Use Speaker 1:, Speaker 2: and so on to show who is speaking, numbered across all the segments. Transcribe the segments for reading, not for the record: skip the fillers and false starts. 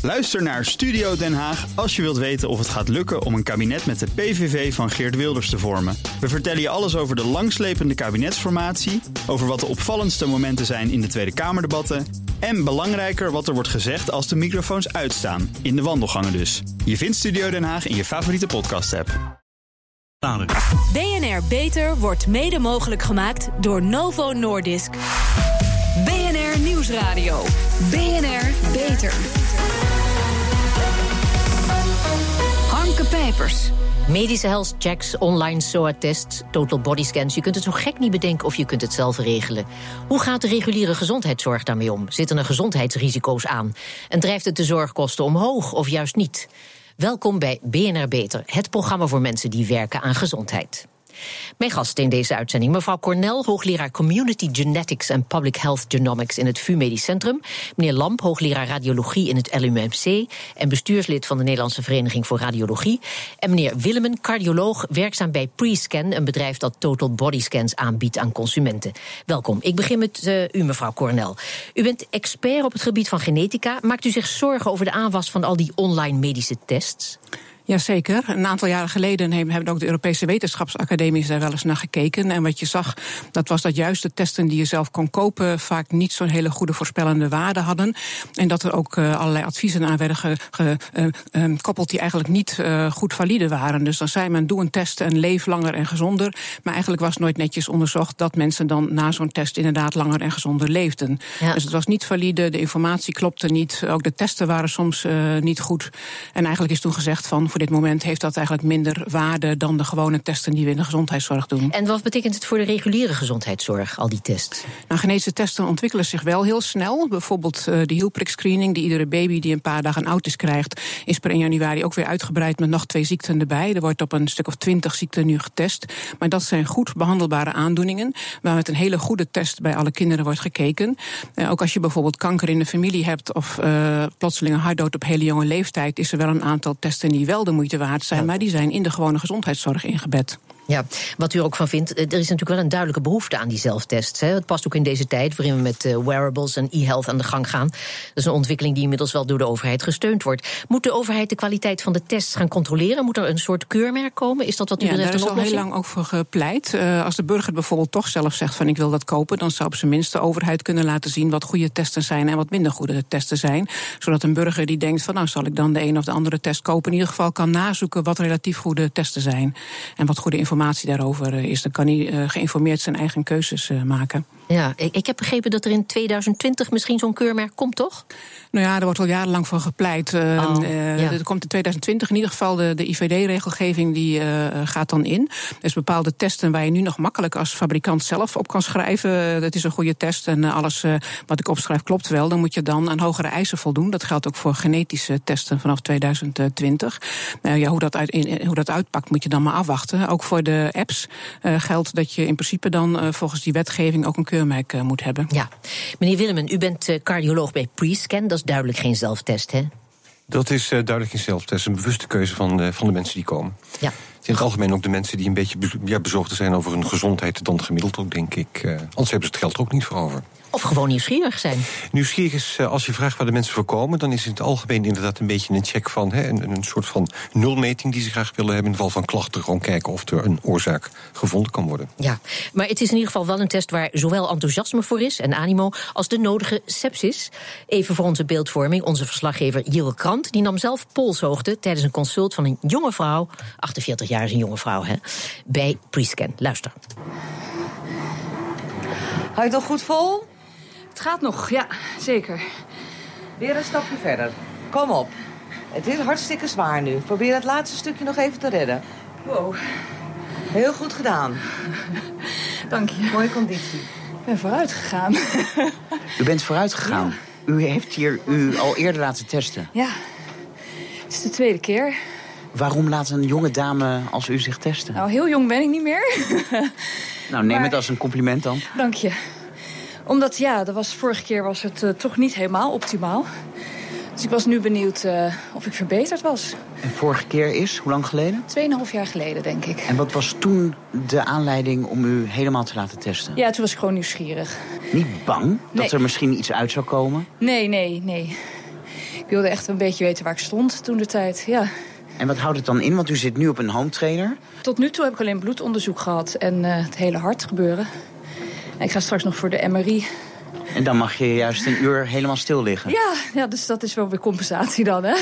Speaker 1: Luister naar Studio Den Haag als je wilt weten of het gaat lukken om een kabinet met de PVV van Geert Wilders te vormen. We vertellen je alles over de langslepende kabinetsformatie, over wat de opvallendste momenten zijn in de Tweede Kamerdebatten en belangrijker wat er wordt gezegd als de microfoons uitstaan, in de wandelgangen dus. Je vindt Studio Den Haag in je favoriete podcast-app.
Speaker 2: BNR Beter wordt mede mogelijk gemaakt door Novo Nordisk. BNR Nieuwsradio. BNR Beter. Harmke Pijpers.
Speaker 3: Medische health checks, online SOA-tests, total body scans. Je kunt het zo gek niet bedenken of je kunt het zelf regelen. Hoe gaat de reguliere gezondheidszorg daarmee om? Zitten er gezondheidsrisico's aan? En drijft het de zorgkosten omhoog of juist niet? Welkom bij BNR Beter, het programma voor mensen die werken aan gezondheid. Mijn gast in deze uitzending, mevrouw Cornel, hoogleraar Community Genetics en Public Health Genomics in het VU Medisch Centrum. Meneer Lamp, hoogleraar radiologie in het LUMC en bestuurslid van de Nederlandse Vereniging voor Radiologie. En meneer Willemen, cardioloog, werkzaam bij Prescan, een bedrijf dat total body scans aanbiedt aan consumenten. Welkom. Ik begin met u, mevrouw Cornel. U bent expert op het gebied van genetica. Maakt u zich zorgen over de aanwas van al die online medische tests?
Speaker 4: Jazeker. Een aantal jaren geleden hebben ook de Europese wetenschapsacademies daar wel eens naar gekeken. En wat je zag, dat was dat juist de testen die je zelf kon kopen vaak niet zo'n hele goede voorspellende waarde hadden. En dat er ook allerlei adviezen aan werden gekoppeld die eigenlijk niet goed valide waren. Dus dan zei men, doe een test en leef langer en gezonder. Maar eigenlijk was nooit netjes onderzocht dat mensen dan na zo'n test inderdaad langer en gezonder leefden. Ja. Dus het was niet valide, de informatie klopte niet. Ook de testen waren soms niet goed. En eigenlijk is toen gezegd van, voor dit moment heeft dat eigenlijk minder waarde dan de gewone testen die we in de gezondheidszorg doen.
Speaker 3: En wat betekent het voor de reguliere gezondheidszorg, al die tests?
Speaker 4: Nou, genetische testen ontwikkelen zich wel heel snel. Bijvoorbeeld de hielprikscreening, die iedere baby die een paar dagen oud is krijgt, is per 1 januari ook weer uitgebreid met nog 2 ziekten erbij. Er wordt op een stuk of 20 ziekten nu getest. Maar dat zijn goed behandelbare aandoeningen, waar met een hele goede test bij alle kinderen wordt gekeken. Ook als je bijvoorbeeld kanker in de familie hebt of plotseling een hartdood op hele jonge leeftijd, is er wel een aantal testen die wel de moeite waard zijn, maar die zijn in de gewone gezondheidszorg ingebed.
Speaker 3: Ja, wat u er ook van vindt, er is natuurlijk wel een duidelijke behoefte aan die zelftests. Het past ook in deze tijd waarin we met wearables en e-health aan de gang gaan. Dat is een ontwikkeling die inmiddels wel door de overheid gesteund wordt. Moet de overheid de kwaliteit van de tests gaan controleren? Moet er een soort keurmerk komen? Is dat wat u betreft een oplossing?
Speaker 4: Daar is al heel lang ook voor gepleit. Als de burger bijvoorbeeld toch zelf zegt van ik wil dat kopen, dan zou op zijn minst de overheid kunnen laten zien wat goede testen zijn en wat minder goede testen zijn. Zodat een burger die denkt van nou zal ik dan de een of de andere test kopen, in ieder geval kan nazoeken wat relatief goede testen zijn. En wat goede informatie daarover is. Dan kan hij geïnformeerd zijn eigen keuzes maken.
Speaker 3: Ja, ik heb begrepen dat er in 2020 misschien zo'n keurmerk komt, toch?
Speaker 4: Nou ja, er wordt al jarenlang voor gepleit. Er komt in 2020 in ieder geval de IVD-regelgeving die gaat dan in. Er is bepaalde testen waar je nu nog makkelijk als fabrikant zelf op kan schrijven. Dat is een goede test en alles wat ik opschrijf klopt wel. Dan moet je dan aan hogere eisen voldoen. Dat geldt ook voor genetische testen vanaf 2020. Hoe dat uitpakt moet je dan maar afwachten. Ook voor de apps geldt dat je in principe dan volgens die wetgeving ook een keurmerk moet hebben.
Speaker 3: Ja. Meneer Willemen, u bent cardioloog bij Prescan. Dat is duidelijk geen zelftest, hè?
Speaker 5: Dat is duidelijk geen zelftest. Een bewuste keuze van de mensen die komen. Ja. In het algemeen ook de mensen die een beetje bezorgder zijn over hun gezondheid dan gemiddeld ook, denk ik. Anders hebben ze het geld er ook niet voor over.
Speaker 3: Of gewoon nieuwsgierig zijn.
Speaker 5: Nieuwsgierig is, als je vraagt waar de mensen voor komen, dan is in het algemeen inderdaad een beetje een check van een soort van nulmeting die ze graag willen hebben. In geval van klachten gewoon kijken of er een oorzaak gevonden kan worden.
Speaker 3: Ja, maar het is in ieder geval wel een test waar zowel enthousiasme voor is en animo als de nodige sepsis. Even voor onze beeldvorming, onze verslaggever Jill Krant, die nam zelf polshoogte tijdens een consult van een jonge vrouw, 48 jaar is een jonge vrouw, bij Prescan. Luister.
Speaker 6: Hou je het nog goed vol?
Speaker 7: Het gaat nog, ja, zeker.
Speaker 6: Weer een stapje verder. Kom op. Het is hartstikke zwaar nu. Probeer het laatste stukje nog even te redden.
Speaker 7: Wow.
Speaker 6: Heel goed gedaan.
Speaker 7: Dank je.
Speaker 6: Mooie conditie.
Speaker 7: Ik ben vooruit gegaan.
Speaker 8: U bent vooruit gegaan? Ja. U heeft hier u al eerder laten testen?
Speaker 7: Ja. Het is de 2e keer.
Speaker 8: Waarom laat een jonge dame als u zich testen?
Speaker 7: Nou, heel jong ben ik niet meer.
Speaker 8: Nou, neem het als een compliment dan.
Speaker 7: Dank je. Omdat, vorige keer was het toch niet helemaal optimaal. Dus ik was nu benieuwd of ik verbeterd was.
Speaker 8: En vorige keer is, hoe lang geleden?
Speaker 7: 2,5 jaar geleden, denk ik.
Speaker 8: En wat was toen de aanleiding om u helemaal te laten testen?
Speaker 7: Ja, toen was ik gewoon nieuwsgierig.
Speaker 8: Niet bang dat er misschien iets uit zou komen?
Speaker 7: Nee. ik wilde echt een beetje weten waar ik stond toen de tijd, ja.
Speaker 8: En wat houdt het dan in? Want u zit nu op een home trainer.
Speaker 7: Tot nu toe heb ik alleen bloedonderzoek gehad en het hele hart gebeuren. En ik ga straks nog voor de MRI.
Speaker 8: En dan mag je juist een uur helemaal stil liggen.
Speaker 7: Ja, dus dat is wel weer compensatie dan, hè.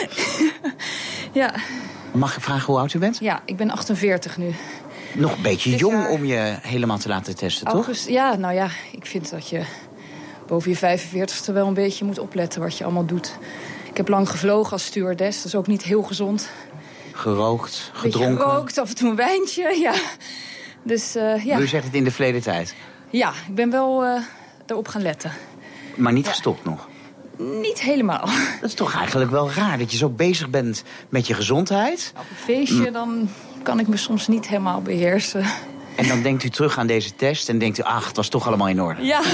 Speaker 7: Ja.
Speaker 8: Mag ik vragen hoe oud u bent?
Speaker 7: Ja, ik ben 48 nu.
Speaker 8: Nog een beetje jong om je helemaal te laten testen, toch?
Speaker 7: Ja, nou ja, ik vind dat je boven je 45ste wel een beetje moet opletten wat je allemaal doet. Ik heb lang gevlogen als stewardess, dat is ook niet heel gezond.
Speaker 8: Gerookt, gedronken?
Speaker 7: Gerookt, af en toe een wijntje, ja. Dus, ja.
Speaker 8: U zegt het in de verleden tijd?
Speaker 7: Ja, ik ben wel erop gaan letten.
Speaker 8: Maar niet gestopt nog?
Speaker 7: Niet helemaal.
Speaker 8: Dat is toch eigenlijk wel raar dat je zo bezig bent met je gezondheid.
Speaker 7: Op een feestje, dan kan ik me soms niet helemaal beheersen.
Speaker 8: En dan denkt u terug aan deze test en denkt u, ach, het was toch allemaal in orde.
Speaker 7: Ja.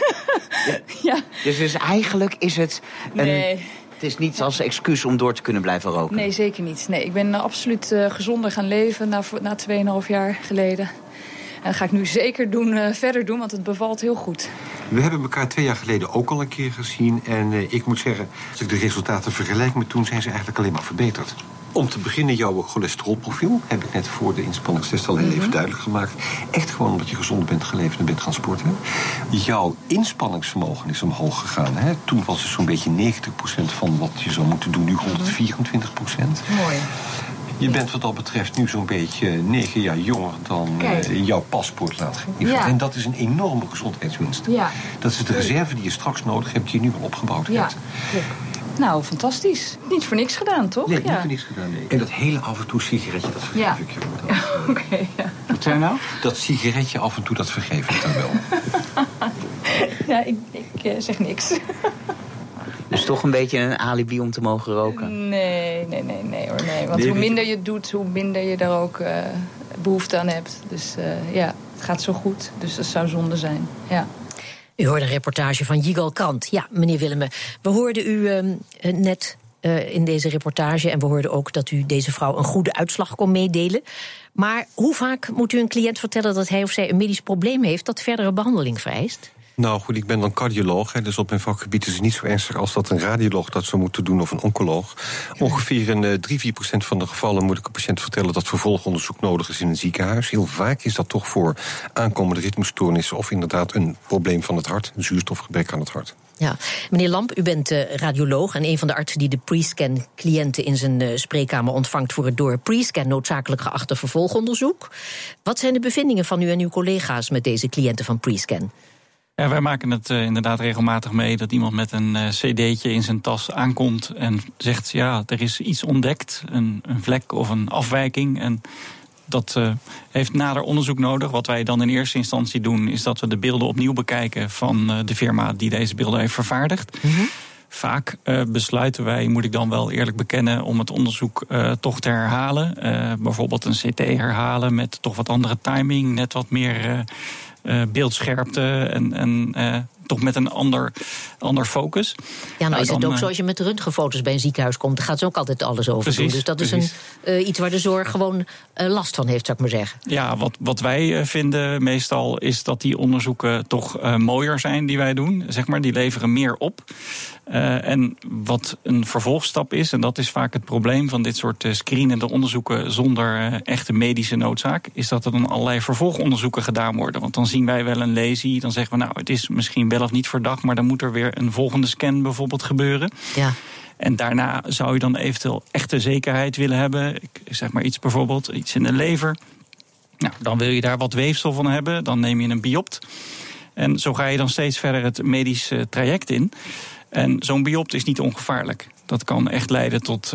Speaker 7: Ja.
Speaker 8: Dus eigenlijk is het
Speaker 7: Nee.
Speaker 8: Het is niet als excuus om door te kunnen blijven roken?
Speaker 7: Nee, zeker niet. Nee, ik ben absoluut gezonder gaan leven na 2,5 jaar geleden. En dat ga ik nu zeker verder doen, want het bevalt heel goed.
Speaker 5: We hebben elkaar 2 jaar geleden ook al een keer gezien. En ik moet zeggen, als ik de resultaten vergelijk met toen, zijn ze eigenlijk alleen maar verbeterd. Om te beginnen, jouw cholesterolprofiel heb ik net voor de inspanningstest al heel even duidelijk gemaakt. Echt gewoon omdat je gezond bent geleefd en bent gaan sporten. Jouw inspanningsvermogen is omhoog gegaan. Hè? Toen was het zo'n beetje 90% van wat je zou moeten doen, nu 124%.
Speaker 7: Mooi.
Speaker 5: Je bent wat dat betreft nu zo'n beetje 9 jaar jonger dan jouw paspoort laat geven. Ja. En dat is een enorme gezondheidswinst. Ja. Dat is de reserve die je straks nodig hebt, die je nu al opgebouwd hebt.
Speaker 7: Nou, fantastisch. Niet voor niks gedaan, toch?
Speaker 5: Nee, niet voor niks gedaan, nee. En dat hele af en toe sigaretje, dat vergeef ik je.
Speaker 7: Oké.
Speaker 8: Wat zei je nou?
Speaker 5: Dat sigaretje af en toe, dat vergeef ik dan wel.
Speaker 7: Ja, ik zeg niks.
Speaker 8: Dus toch een beetje een alibi om te mogen roken?
Speaker 7: Nee hoor, nee. Want hoe minder je doet, hoe minder je daar ook behoefte aan hebt. Dus ja, het gaat zo goed. Dus dat zou zonde zijn, ja.
Speaker 3: U hoorde een reportage van Yigal Kant. Ja, meneer Willemme, we hoorden u net in deze reportage... en we hoorden ook dat u deze vrouw een goede uitslag kon meedelen. Maar hoe vaak moet u een cliënt vertellen dat hij of zij een medisch probleem heeft... dat verdere behandeling vereist?
Speaker 5: Nou goed, ik ben dan cardioloog, dus op mijn vakgebied is het niet zo ernstig als dat een radioloog dat zou moeten doen of een oncoloog. Ongeveer in 3-4% van de gevallen moet ik een patiënt vertellen dat vervolgonderzoek nodig is in een ziekenhuis. Heel vaak is dat toch voor aankomende ritmestoornissen of inderdaad een probleem van het hart, een zuurstofgebrek aan het hart.
Speaker 3: Ja, meneer Lamp, u bent radioloog en een van de artsen die de pre-scan-cliënten in zijn spreekkamer ontvangt voor het door pre-scan noodzakelijk geachte vervolgonderzoek. Wat zijn de bevindingen van u en uw collega's met deze cliënten van pre-scan?
Speaker 9: Ja, wij maken het inderdaad regelmatig mee dat iemand met een cd'tje in zijn tas aankomt en zegt, ja, er is iets ontdekt, een vlek of een afwijking. En dat heeft nader onderzoek nodig. Wat wij dan in eerste instantie doen, is dat we de beelden opnieuw bekijken van de firma die deze beelden heeft vervaardigd. Mm-hmm. Vaak besluiten wij, moet ik dan wel eerlijk bekennen, om het onderzoek toch te herhalen. Bijvoorbeeld een CT herhalen met toch wat andere timing, net wat meer beeldscherpte en toch met een ander focus.
Speaker 3: Ja, nou is het ook zoals je met de röntgenfoto's bij een ziekenhuis komt. Daar gaat ze ook altijd alles over doen. Dus dat is iets waar de zorg gewoon last van heeft, zou ik maar zeggen. Ja,
Speaker 9: wat wij vinden meestal is dat die onderzoeken toch mooier zijn die wij doen. Zeg maar, die leveren meer op. En wat een vervolgstap is, en dat is vaak het probleem van dit soort screenende onderzoeken zonder echte medische noodzaak, is dat er dan allerlei vervolgonderzoeken gedaan worden. Want dan zien wij wel een lesie, dan zeggen we, nou, het is misschien wel of niet verdacht, maar dan moet er weer een volgende scan bijvoorbeeld gebeuren. Ja. En daarna zou je dan eventueel echte zekerheid willen hebben. Ik zeg maar iets bijvoorbeeld, iets in de lever. Nou, dan wil je daar wat weefsel van hebben, dan neem je een biopt. En zo ga je dan steeds verder het medisch traject in. En zo'n biopt is niet ongevaarlijk. Dat kan echt leiden tot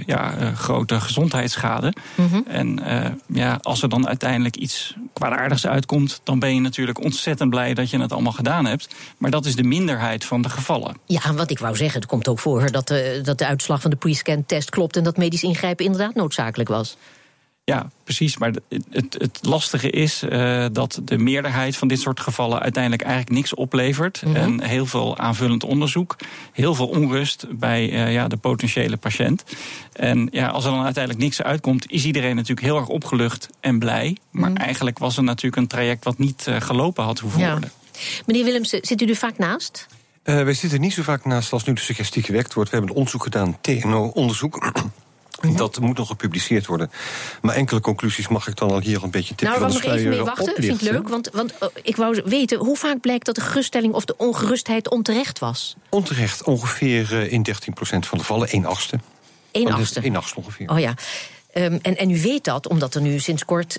Speaker 9: grote gezondheidsschade. Mm-hmm. En als er dan uiteindelijk iets kwaadaardigs uitkomt, dan ben je natuurlijk ontzettend blij dat je het allemaal gedaan hebt. Maar dat is de minderheid van de gevallen. Ja, wat ik wou zeggen, het komt ook voor dat de uitslag van de pre-scan-test klopt en dat medisch ingrijpen inderdaad noodzakelijk was. Ja, precies. Maar het lastige is dat de meerderheid van dit soort gevallen uiteindelijk eigenlijk niks oplevert. Mm-hmm. En heel veel aanvullend onderzoek, heel veel onrust bij de potentiële patiënt. En ja, als er dan uiteindelijk niks uitkomt, is iedereen natuurlijk heel erg opgelucht en blij. Maar eigenlijk was er natuurlijk een traject wat niet gelopen had hoeven worden. Meneer Willemsen, zit u er vaak naast?
Speaker 5: Wij zitten niet zo vaak naast als nu de suggestie gewekt wordt. We hebben een onderzoek gedaan, TNO-onderzoek. Dat moet nog gepubliceerd worden. Maar enkele conclusies mag ik dan al hier een beetje tipje van de sluier oplichten.
Speaker 3: Nou, nog even mee wachten, vind ik leuk. Want ik wou weten, hoe vaak blijkt dat de geruststelling of de ongerustheid onterecht was?
Speaker 5: Onterecht, ongeveer in 13% van de gevallen, 1/8.
Speaker 3: 1/8?
Speaker 5: 1/8 ongeveer.
Speaker 3: Oh ja. En u weet dat, omdat er nu sinds kort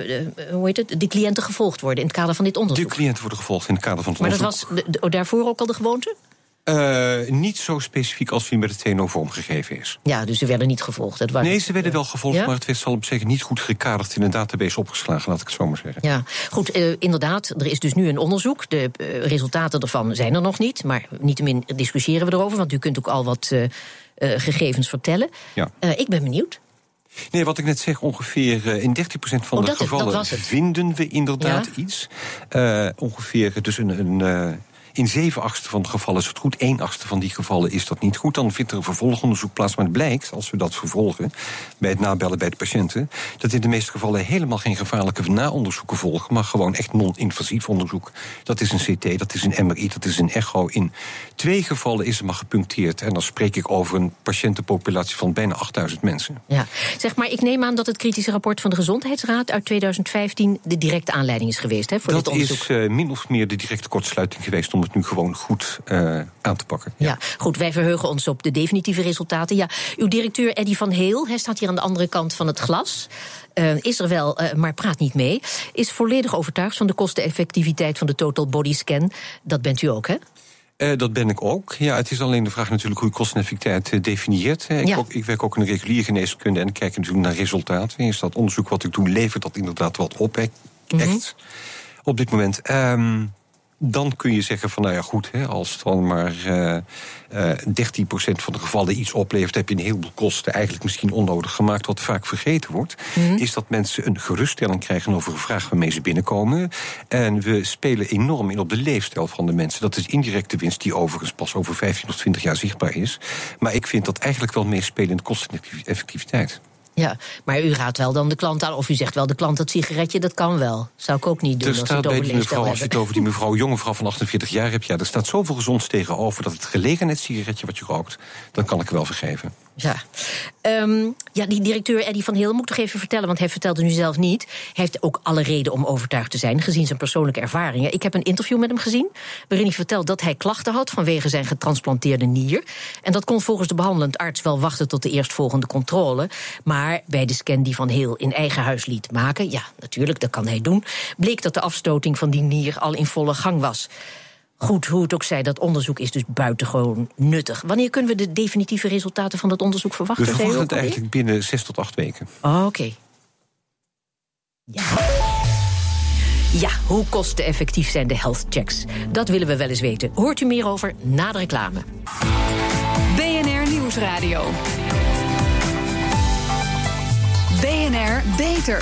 Speaker 3: de cliënten gevolgd worden in het kader van dit onderzoek.
Speaker 5: De cliënten worden gevolgd in het kader van het onderzoek.
Speaker 3: Maar dat was daarvoor ook al de gewoonte?
Speaker 5: Niet zo specifiek als wie met het TNO vormgegeven is.
Speaker 3: Ja, dus ze werden niet gevolgd.
Speaker 5: Nee, ze werden wel gevolgd, maar het werd zal op zich niet goed gekaderd in een database opgeslagen, laat ik het zo maar zeggen.
Speaker 3: Ja, goed, inderdaad, er is dus nu een onderzoek. De resultaten ervan zijn er nog niet, maar niettemin discussiëren we erover, want u kunt ook al wat gegevens vertellen.
Speaker 5: Ja.
Speaker 3: Ik ben benieuwd.
Speaker 5: Nee, wat ik net zeg, ongeveer in 13% van de gevallen vinden we inderdaad iets. Ongeveer dus in 7/8 van de gevallen is het goed. 1/8 van die gevallen is dat niet goed. Dan vindt er een vervolgonderzoek plaats. Maar het blijkt, als we dat vervolgen, bij het nabellen bij de patiënten, dat in de meeste gevallen helemaal geen gevaarlijke naonderzoeken volgen, maar gewoon echt non-invasief onderzoek. Dat is een CT, dat is een MRI, dat is een echo. In 2 gevallen is er maar gepuncteerd. En dan spreek ik over een patiëntenpopulatie van bijna 8000 mensen.
Speaker 3: Ja, zeg maar, ik neem aan dat het kritische rapport van de Gezondheidsraad uit 2015 de directe aanleiding is geweest, hè, voor dit onderzoek.
Speaker 5: Dat is min of meer de directe kortsluiting geweest om het nu gewoon goed aan te pakken.
Speaker 3: Ja, goed, wij verheugen ons op de definitieve resultaten. Ja, uw directeur Eddy van Heel, hij staat hier aan de andere kant van het glas. Is er wel, maar praat niet mee. Is volledig overtuigd van de kosteneffectiviteit van de total body scan. Dat bent u ook, hè?
Speaker 5: Dat ben ik ook. Ja, het is alleen de vraag natuurlijk hoe je kosteneffectiviteit definieert. Ik werk ook in de reguliere geneeskunde en kijk natuurlijk naar resultaten. Is dat onderzoek wat ik doe, levert dat inderdaad wat op? Echt, op dit moment. Dan kun je zeggen van, nou ja, goed, als dan maar 13% van de gevallen iets oplevert, heb je een heleboel kosten eigenlijk misschien onnodig gemaakt. Wat vaak vergeten wordt, is dat mensen een geruststelling krijgen over een vraag waarmee ze binnenkomen. En we spelen enorm in op de leefstijl van de mensen. Dat is indirecte winst die overigens pas over 15 of 20 jaar zichtbaar is. Maar ik vind dat eigenlijk wel meespelen in de kosteneffectiviteit.
Speaker 3: Ja, maar u raadt wel dan de klant aan, of u zegt wel de klant dat sigaretje, dat kan wel. Zou ik ook niet doen.
Speaker 5: Er staat bij die mevrouw, als je het over die jonge vrouw van 48 jaar hebt, ja, er staat zoveel gezonds tegenover dat het gelegenheidssigaretje wat je rookt, dan kan ik er wel vergeven.
Speaker 3: Ja. Die directeur Eddy van Heel moet ik toch even vertellen, want hij vertelt het nu zelf niet. Hij heeft ook alle reden om overtuigd te zijn, gezien zijn persoonlijke ervaringen. Ik heb een interview met hem gezien, waarin hij vertelt dat hij klachten had vanwege zijn getransplanteerde nier. En dat kon volgens de behandelend arts wel wachten tot de eerstvolgende controle. Maar bij de scan die Van Heel in eigen huis liet maken, ja, natuurlijk, dat kan hij doen, bleek dat de afstoting van die nier al in volle gang was. Goed, hoe het ook zij, dat onderzoek is dus buitengewoon nuttig. Wanneer kunnen we de definitieve resultaten van dat onderzoek verwachten?
Speaker 5: We verwachten het eigenlijk binnen 6 tot 8 weken.
Speaker 3: Oké. Ja, hoe kosteneffectief zijn de health checks? Dat willen we wel eens weten. Hoort u meer over na de reclame.
Speaker 2: BNR Nieuwsradio. BNR Beter.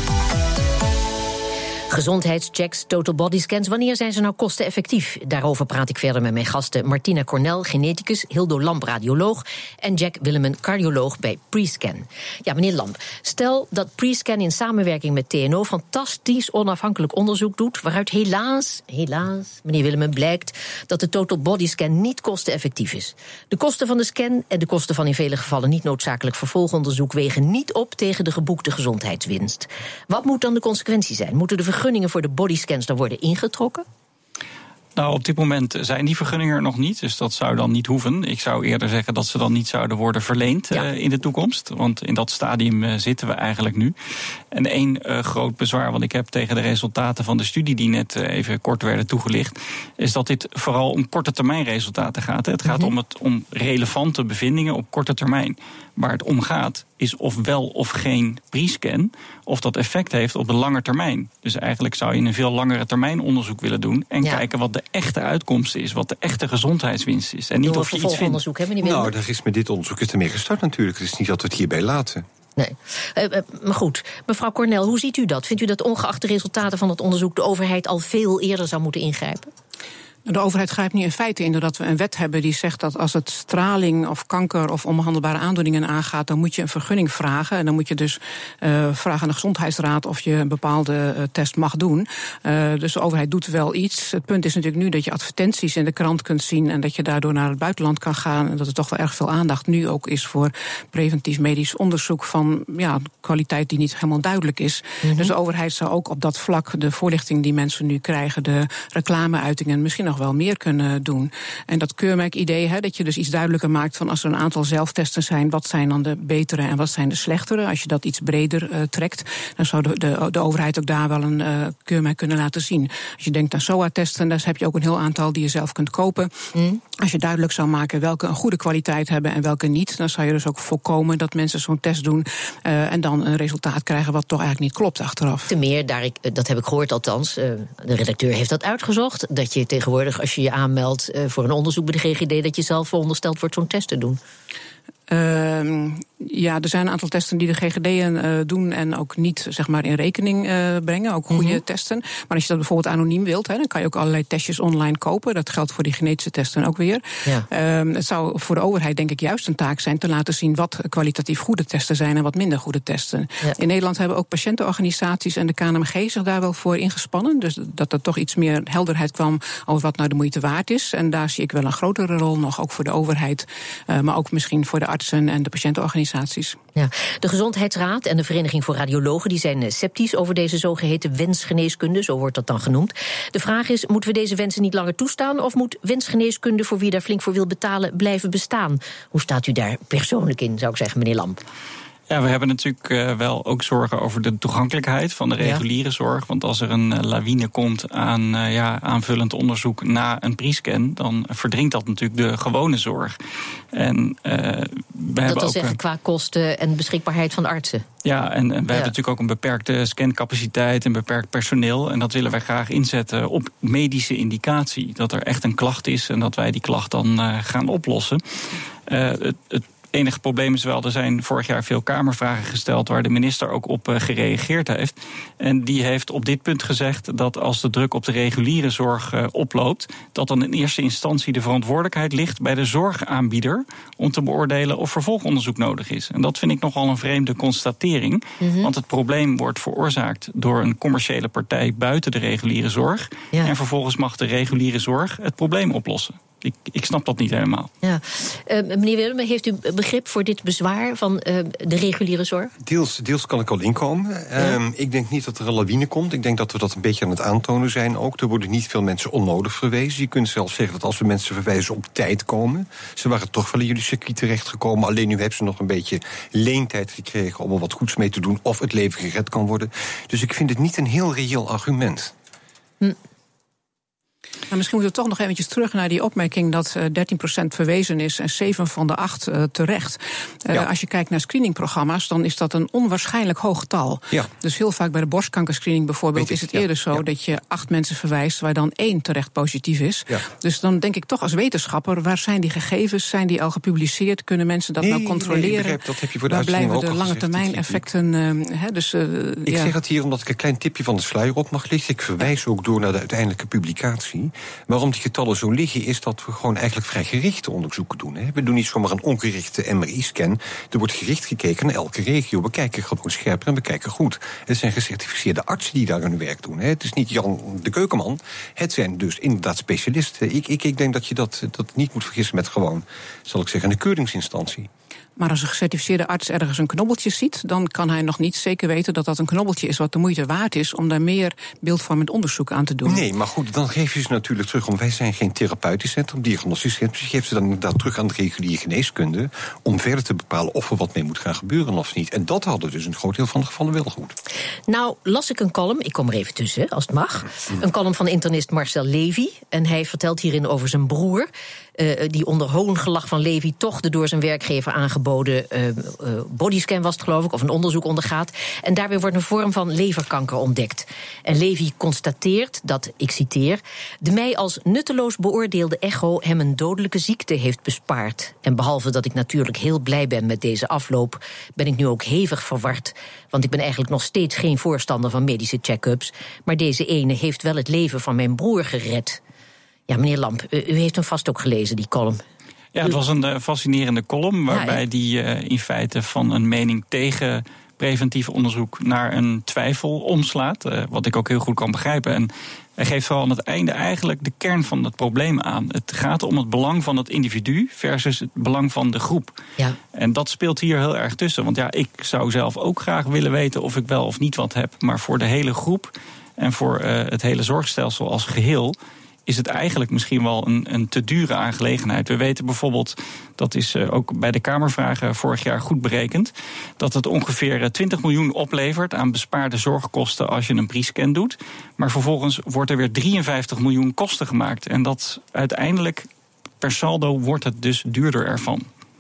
Speaker 3: Gezondheidschecks, total body scans, wanneer zijn ze nou kosteneffectief? Daarover praat ik verder met mijn gasten Martina Cornel, geneticus, Hildo Lamp, radioloog, en Jack Willemen, cardioloog bij Prescan. Ja, meneer Lamp, stel dat Prescan in samenwerking met TNO fantastisch onafhankelijk onderzoek doet, waaruit helaas, meneer Willemen, blijkt dat de total body scan niet kosteneffectief is. De kosten van de scan en de kosten van in vele gevallen niet noodzakelijk vervolgonderzoek wegen niet op tegen de geboekte gezondheidswinst. Wat moet dan de consequentie zijn? Moeten de vergunningen voor de bodyscans dan worden ingetrokken?
Speaker 9: Nou, op dit moment zijn die vergunningen er nog niet, dus dat zou dan niet hoeven. Ik zou eerder zeggen dat ze dan niet zouden worden verleend in de toekomst, want in dat stadium zitten we eigenlijk nu. En één groot bezwaar wat ik heb tegen de resultaten van de studie die net even kort werden toegelicht, is dat dit vooral om korte termijn resultaten gaat. Het gaat om relevante bevindingen op korte termijn. Waar het om gaat is of wel of geen pre-scan, of dat effect heeft op de lange termijn. Dus eigenlijk zou je een veel langere termijn onderzoek willen doen en kijken wat de echte uitkomst is, wat de echte gezondheidswinst is. En niet of je iets vindt.
Speaker 5: Nou, daar is met dit onderzoek ermee gestart natuurlijk. Het is niet dat we het hierbij laten.
Speaker 3: Nee. Maar goed, mevrouw Cornel, hoe ziet u dat? Vindt u dat ongeacht de resultaten van het onderzoek de overheid al veel eerder zou moeten ingrijpen?
Speaker 4: De overheid grijpt nu in feite in doordat we een wet hebben die zegt dat als het straling of kanker of onbehandelbare aandoeningen aangaat, dan moet je een vergunning vragen. En dan moet je dus vragen aan de Gezondheidsraad of je een bepaalde test mag doen. Dus de overheid doet wel iets. Het punt is natuurlijk nu dat je advertenties in de krant kunt zien en dat je daardoor naar het buitenland kan gaan. En dat er toch wel erg veel aandacht nu ook is voor preventief medisch onderzoek van kwaliteit die niet helemaal duidelijk is. Mm-hmm. Dus de overheid zou ook op dat vlak de voorlichting die mensen nu krijgen, de reclameuitingen, misschien nog wel meer kunnen doen. En dat keurmerkidee, dat je dus iets duidelijker maakt van als er een aantal zelftesten zijn, wat zijn dan de betere en wat zijn de slechtere? Als je dat iets breder trekt, dan zou de overheid ook daar wel een keurmerk kunnen laten zien. Als je denkt aan SOA-testen, daar heb je ook een heel aantal die je zelf kunt kopen. Als je duidelijk zou maken welke een goede kwaliteit hebben en welke niet, dan zou je dus ook voorkomen dat mensen zo'n test doen en dan een resultaat krijgen wat toch eigenlijk niet klopt achteraf.
Speaker 3: Ten meer, dat heb ik gehoord althans, de redacteur heeft dat uitgezocht, dat je tegenwoordig als je je aanmeldt voor een onderzoek bij de GGD, dat je zelf verondersteld wordt zo'n test te doen. Ja, er zijn een aantal testen die de GGD'en doen en ook niet zeg maar in rekening brengen, ook goede testen. Maar als je dat bijvoorbeeld anoniem wilt, dan kan je ook allerlei testjes online kopen. Dat geldt voor die genetische testen ook weer. Ja. Het zou voor de overheid denk ik juist een taak zijn te laten zien wat kwalitatief goede testen zijn en wat minder goede testen. Ja. In Nederland hebben ook patiëntenorganisaties en de KNMG zich daar wel voor ingespannen. Dus dat er toch iets meer helderheid kwam over wat nou de moeite waard is. En daar zie ik wel een grotere rol nog, ook voor de overheid, maar ook misschien voor de artsen en de patiëntenorganisaties. Ja. De Gezondheidsraad en de Vereniging voor Radiologen die zijn sceptisch over deze zogeheten wensgeneeskunde, zo wordt dat dan genoemd. De vraag is, moeten we deze wensen niet langer toestaan of moet wensgeneeskunde voor wie daar flink voor wil betalen blijven bestaan? Hoe staat u daar persoonlijk in, zou ik zeggen, meneer Lamp?
Speaker 9: Ja, we hebben natuurlijk wel ook zorgen over de toegankelijkheid van de reguliere zorg. Want als er een lawine komt aan aanvullend onderzoek na een pre-scan, dan verdringt dat natuurlijk de gewone zorg. En
Speaker 3: dat wil zeggen qua kosten en beschikbaarheid van artsen.
Speaker 9: Ja, en we hebben natuurlijk ook een beperkte scancapaciteit en beperkt personeel. En dat willen wij graag inzetten op medische indicatie. Dat er echt een klacht is en dat wij die klacht dan gaan oplossen. Het enige probleem is wel, er zijn vorig jaar veel Kamervragen gesteld waar de minister ook op gereageerd heeft. En die heeft op dit punt gezegd dat als de druk op de reguliere zorg oploopt, dat dan in eerste instantie de verantwoordelijkheid ligt bij de zorgaanbieder om te beoordelen of vervolgonderzoek nodig is. En dat vind ik nogal een vreemde constatering. Want het probleem wordt veroorzaakt door een commerciële partij buiten de reguliere zorg. Ja. En vervolgens mag de reguliere zorg het probleem oplossen. Ik snap dat niet helemaal.
Speaker 3: Ja. Meneer Willem, heeft u begrip voor dit bezwaar van de reguliere zorg?
Speaker 5: Deels kan ik al inkomen. Ik denk niet dat er een lawine komt. Ik denk dat we dat een beetje aan het aantonen zijn ook. Er worden niet veel mensen onnodig verwezen. Je kunt zelfs zeggen dat als we mensen verwijzen op tijd komen. Ze waren toch wel in jullie circuit terechtgekomen. Alleen nu hebben ze nog een beetje leentijd gekregen om er wat goeds mee te doen of het leven gered kan worden. Dus ik vind het niet een heel reëel argument.
Speaker 4: Nou, misschien moeten we toch nog eventjes terug naar die opmerking dat 13% verwezen is en 7 van de 8 terecht. Als je kijkt naar screeningprogramma's, dan is dat een onwaarschijnlijk hoog getal. Ja. Dus heel vaak bij de borstkankerscreening bijvoorbeeld is het eerder zo dat je 8 mensen verwijst waar dan 1 terecht positief is. Ja. Dus dan denk ik toch als wetenschapper, waar zijn die gegevens? Zijn die al gepubliceerd? Kunnen mensen dat nou controleren?
Speaker 5: Nee, begrijp, dat heb je voor de
Speaker 4: waar blijven de
Speaker 5: lange
Speaker 4: gezegd, termijn effecten?
Speaker 5: Ik zeg het hier omdat ik een klein tipje van de sluier op mag lichten. Ik verwijs ook door naar de uiteindelijke publicatie. Waarom die getallen zo liggen is dat we gewoon eigenlijk vrij gerichte onderzoeken doen. We doen niet zomaar een ongerichte MRI-scan. Er wordt gericht gekeken naar elke regio. We kijken gewoon scherper en we kijken goed. Het zijn gecertificeerde artsen die daar hun werk doen. Het is niet Jan de Keukenman. Het zijn dus inderdaad specialisten. Ik denk dat je dat niet moet vergissen met gewoon, zal ik zeggen, een keuringsinstantie.
Speaker 4: Maar als een gecertificeerde arts ergens een knobbeltje ziet, dan kan hij nog niet zeker weten dat dat een knobbeltje is wat de moeite waard is om daar meer beeldvormend onderzoek aan te doen.
Speaker 5: Nee, maar goed, dan geef je ze natuurlijk terug. Want wij zijn geen therapeutisch centrum, diagnostisch centrum. Dus je geeft ze dan inderdaad terug aan de reguliere geneeskunde om verder te bepalen of er wat mee moet gaan gebeuren of niet. En dat hadden dus een groot deel van de gevallen wel goed.
Speaker 3: Nou, las ik een column, ik kom er even tussen, als het mag. Een column van internist Marcel Levy. En hij vertelt hierin over zijn broer, die onder hoongelach van Levy toch de door zijn werkgever aangeboden bodyscan was het, geloof ik, of een onderzoek ondergaat. En daarbij wordt een vorm van leverkanker ontdekt. En Levy constateert dat, ik citeer, de mij als nutteloos beoordeelde echo hem een dodelijke ziekte heeft bespaard. En behalve dat ik natuurlijk heel blij ben met deze afloop, ben ik nu ook hevig verward. Want ik ben eigenlijk nog steeds geen voorstander van medische check-ups. Maar deze ene heeft wel het leven van mijn broer gered. Ja, meneer Lamp, u heeft hem vast ook gelezen, die column.
Speaker 9: Ja, het was een fascinerende column waarbij die in feite van een mening tegen preventief onderzoek naar een twijfel omslaat. Wat ik ook heel goed kan begrijpen. En hij geeft vooral aan het einde eigenlijk de kern van het probleem aan. Het gaat om het belang van het individu versus het belang van de groep. Ja. En dat speelt hier heel erg tussen. Want ik zou zelf ook graag willen weten of ik wel of niet wat heb. Maar voor de hele groep en voor het hele zorgstelsel als geheel is het eigenlijk misschien wel een te dure aangelegenheid. We weten bijvoorbeeld, dat is ook bij de Kamervragen vorig jaar goed berekend, dat het ongeveer 20 miljoen oplevert aan bespaarde zorgkosten als je een pre-scan doet. Maar vervolgens wordt er weer 53 miljoen kosten gemaakt. En dat uiteindelijk per saldo wordt het dus duurder ervan.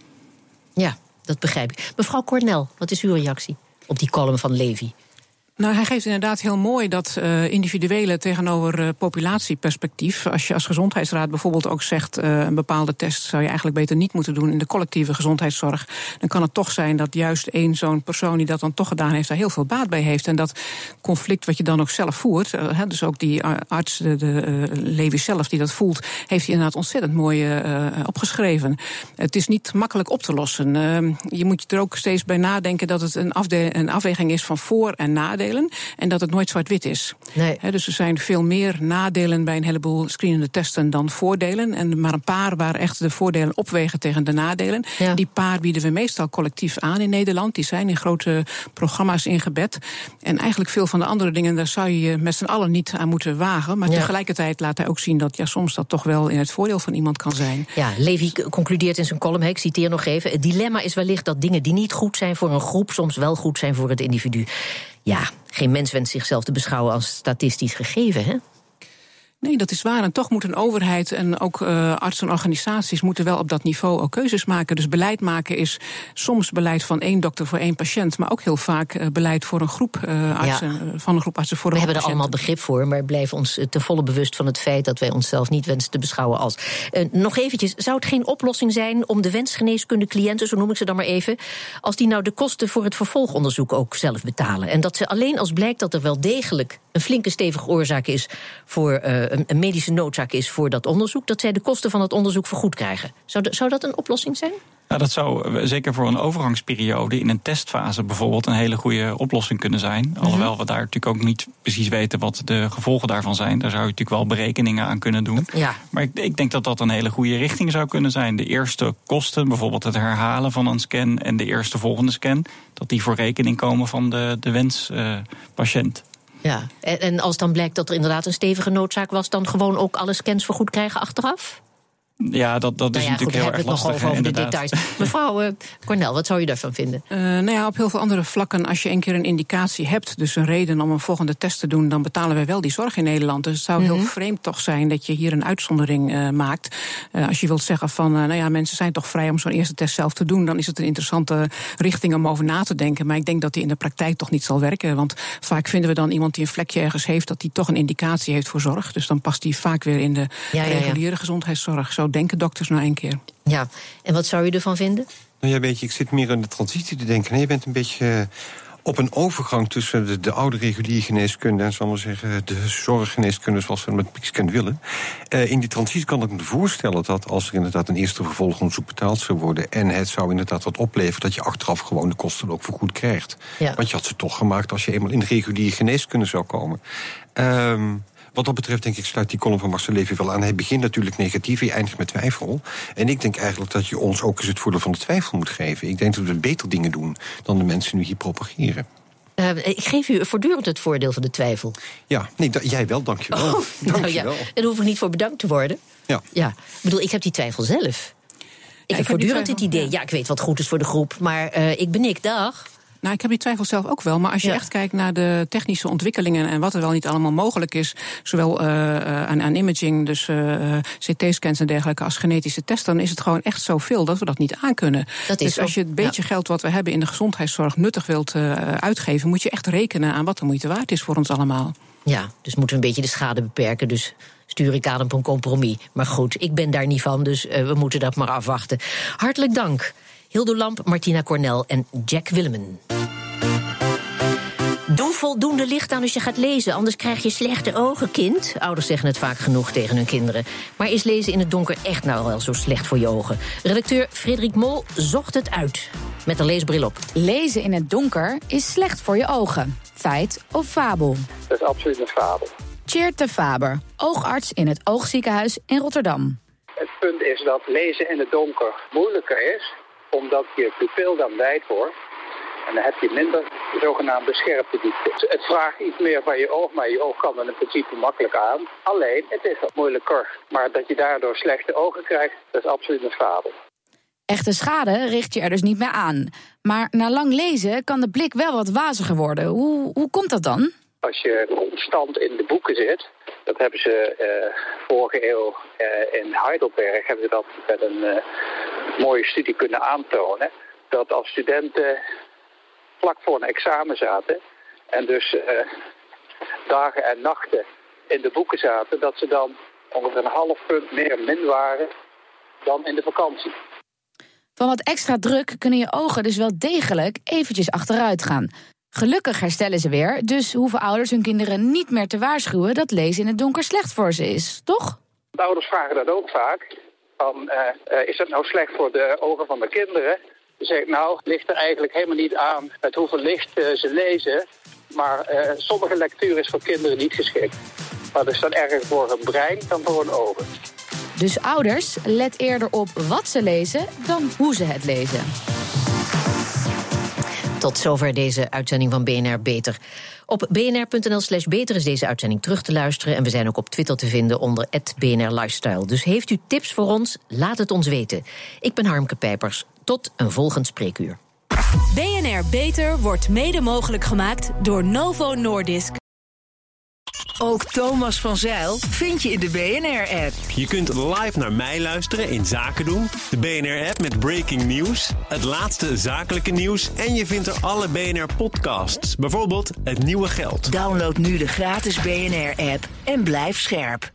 Speaker 3: Ja, dat begrijp ik. Mevrouw Cornel, wat is uw reactie op die column van Levy?
Speaker 4: Nou, hij geeft inderdaad heel mooi dat individuele tegenover populatieperspectief. Als je als gezondheidsraad bijvoorbeeld ook zegt een bepaalde test zou je eigenlijk beter niet moeten doen in de collectieve gezondheidszorg, dan kan het toch zijn dat juist één zo'n persoon die dat dan toch gedaan heeft, daar heel veel baat bij heeft. En dat conflict wat je dan ook zelf voert, dus ook die arts, de Levy zelf die dat voelt, heeft hij inderdaad ontzettend mooi opgeschreven. Het is niet makkelijk op te lossen. Je moet er ook steeds bij nadenken dat het een afweging is van voor- en nadelen. En dat het nooit zwart-wit is. Nee. Dus er zijn veel meer nadelen bij een heleboel screenende testen dan voordelen. En maar een paar waar echt de voordelen opwegen tegen de nadelen. Ja. Die paar bieden we meestal collectief aan in Nederland. Die zijn in grote programma's ingebed. En eigenlijk veel van de andere dingen, daar zou je met z'n allen niet aan moeten wagen. Maar tegelijkertijd laat hij ook zien dat soms dat toch wel in het voordeel van iemand kan zijn.
Speaker 3: Ja, Levy concludeert in zijn column, ik citeer nog even, het dilemma is wellicht dat dingen die niet goed zijn voor een groep soms wel goed zijn voor het individu. Ja, geen mens wenst zichzelf te beschouwen als statistisch gegeven, hè?
Speaker 4: Nee, dat is waar. En toch moet een overheid en ook artsen en organisaties moeten wel op dat niveau ook keuzes maken. Dus beleid maken is soms beleid van één dokter voor één patiënt, maar ook heel vaak beleid voor een groep artsen, van een groep artsen voor een groep patiënten.
Speaker 3: We hebben er allemaal begrip voor, maar blijven ons ten volle bewust van het feit dat wij onszelf niet wensen te beschouwen als. Nog eventjes, zou het geen oplossing zijn om de wensgeneeskunde cliënten, zo noem ik ze dan maar even, als die nou de kosten voor het vervolgonderzoek ook zelf betalen? En dat ze alleen als blijkt dat er wel degelijk een flinke stevige oorzaak is voor een medische noodzaak is voor dat onderzoek, dat zij de kosten van het onderzoek vergoed krijgen. Zou dat een oplossing zijn?
Speaker 9: Nou, dat zou zeker voor een overgangsperiode in een testfase bijvoorbeeld een hele goede oplossing kunnen zijn. Alhoewel we daar natuurlijk ook niet precies weten wat de gevolgen daarvan zijn. Daar zou je natuurlijk wel berekeningen aan kunnen doen. Ja. Maar ik denk dat dat een hele goede richting zou kunnen zijn. De eerste kosten, bijvoorbeeld het herhalen van een scan en de eerste volgende scan, dat die voor rekening komen van de wenspatiënt.
Speaker 3: Ja, en als dan blijkt dat er inderdaad een stevige noodzaak was, dan gewoon ook alle scans vergoed krijgen achteraf?
Speaker 9: Ja, dat is natuurlijk
Speaker 3: goed,
Speaker 9: heel erg lastig.
Speaker 3: Nog over de details. Mevrouw Cornel, wat zou je daarvan vinden?
Speaker 4: Op heel veel andere vlakken, als je een keer een indicatie hebt, dus een reden om een volgende test te doen, dan betalen wij wel die zorg in Nederland. Dus het zou heel vreemd toch zijn dat je hier een uitzondering maakt. Als je wilt zeggen van, mensen zijn toch vrij om zo'n eerste test zelf te doen, dan is het een interessante richting om over na te denken. Maar ik denk dat die in de praktijk toch niet zal werken. Want vaak vinden we dan iemand die een vlekje ergens heeft, dat die toch een indicatie heeft voor zorg. Dus dan past die vaak weer in de reguliere gezondheidszorg. Zo denken dokters nou een keer.
Speaker 3: Ja, en wat zou je ervan vinden?
Speaker 5: Nou ja, weet je, ik zit meer aan de transitie te denken. Nee, je bent een beetje op een overgang tussen de oude reguliere geneeskunde en, zal maar zeggen, de zorggeneeskunde zoals we met pre-scan willen. In die transitie kan ik me voorstellen dat als er inderdaad een eerste vervolgonderzoek betaald zou worden en het zou inderdaad wat opleveren, dat je achteraf gewoon de kosten ook vergoed krijgt. Ja. Want je had ze toch gemaakt als je eenmaal in de reguliere geneeskunde zou komen. Wat dat betreft, denk ik, sluit die column van Marcel Levy wel aan. Hij begint natuurlijk negatief, hij eindigt met twijfel. En ik denk eigenlijk dat je ons ook eens het voordeel van de twijfel moet geven. Ik denk dat we beter dingen doen dan de mensen nu hier propageren.
Speaker 3: Ik geef u voortdurend het voordeel van de twijfel.
Speaker 5: Ja, nee, jij wel, dankjewel. Dankjewel.
Speaker 3: Ja, daar hoef ik niet voor bedankt te worden. Ja. Ik bedoel, ik heb die twijfel zelf. Ik heb voortdurend het idee, ik weet wat goed is voor de groep, maar ik benik, dag.
Speaker 4: Nou, ik heb die twijfel zelf ook wel. Maar als je echt kijkt naar de technische ontwikkelingen en wat er wel niet allemaal mogelijk is, zowel aan imaging, dus CT-scans en dergelijke, als genetische tests, dan is het gewoon echt zoveel dat we dat niet aankunnen. Dus als je het beetje geld wat we hebben in de gezondheidszorg nuttig wilt uitgeven, moet je echt rekenen aan wat de moeite waard is voor ons allemaal.
Speaker 3: Ja, dus moeten we een beetje de schade beperken. Dus stuur ik aan op een compromis. Maar goed, ik ben daar niet van, dus we moeten dat maar afwachten. Hartelijk dank. Hildo Lamp, Martina Cornel en Jack Willemen. Doe voldoende licht aan als je gaat lezen, anders krijg je slechte ogen, kind. Ouders zeggen het vaak genoeg tegen hun kinderen. Maar is lezen in het donker echt nou wel zo slecht voor je ogen? Redacteur Frederik Mol zocht het uit. Met een leesbril op.
Speaker 10: Lezen in het donker is slecht voor je ogen. Feit of fabel?
Speaker 11: Dat is absoluut een fabel.
Speaker 10: Tjeerd de Faber, oogarts in het Oogziekenhuis in Rotterdam.
Speaker 11: Het punt is dat lezen in het donker moeilijker is, omdat je pupil dan wijd wordt. En dan heb je minder zogenaamd bescherpte diepte. Het vraagt iets meer van je oog, maar je oog kan er in principe makkelijk aan. Alleen, het is wat moeilijker. Maar dat je daardoor slechte ogen krijgt, dat is absoluut een fabel.
Speaker 10: Echte schade richt je er dus niet meer aan. Maar na lang lezen kan de blik wel wat waziger worden. Hoe komt dat dan?
Speaker 11: Als je constant in de boeken zit, dat hebben ze vorige eeuw in Heidelberg, hebben ze dat met een mooie studie kunnen aantonen. Dat als studenten vlak voor een examen zaten en dus dagen en nachten in de boeken zaten, dat ze dan ongeveer een half punt meer min waren dan in de vakantie.
Speaker 10: Van wat extra druk kunnen je ogen dus wel degelijk eventjes achteruit gaan. Gelukkig herstellen ze weer, dus hoeven ouders hun kinderen niet meer te waarschuwen dat lezen in het donker slecht voor ze is, toch?
Speaker 11: De ouders vragen dat ook vaak. Is dat nou slecht voor de ogen van de kinderen? Dan zeg ik, nou, het ligt er eigenlijk helemaal niet aan met hoeveel licht ze lezen. Maar sommige lectuur is voor kinderen niet geschikt. Maar dat is dan erger voor hun brein dan voor hun ogen.
Speaker 10: Dus ouders, let eerder op wat ze lezen dan hoe ze het lezen.
Speaker 3: Tot zover deze uitzending van BNR Beter. Op bnr.nl/beter is deze uitzending terug te luisteren. En we zijn ook op Twitter te vinden onder @BNR Lifestyle. Dus heeft u tips voor ons? Laat het ons weten. Ik ben Harmke Pijpers. Tot een volgend spreekuur.
Speaker 2: BNR Beter wordt mede mogelijk gemaakt door Novo Nordisk.
Speaker 12: Ook Thomas van Zijl vind je in de BNR-app.
Speaker 13: Je kunt live naar mij luisteren in Zaken doen. De BNR-app met breaking news, het laatste zakelijke nieuws en je vindt er alle BNR-podcasts. Bijvoorbeeld Het Nieuwe Geld.
Speaker 12: Download nu de gratis BNR-app en blijf scherp.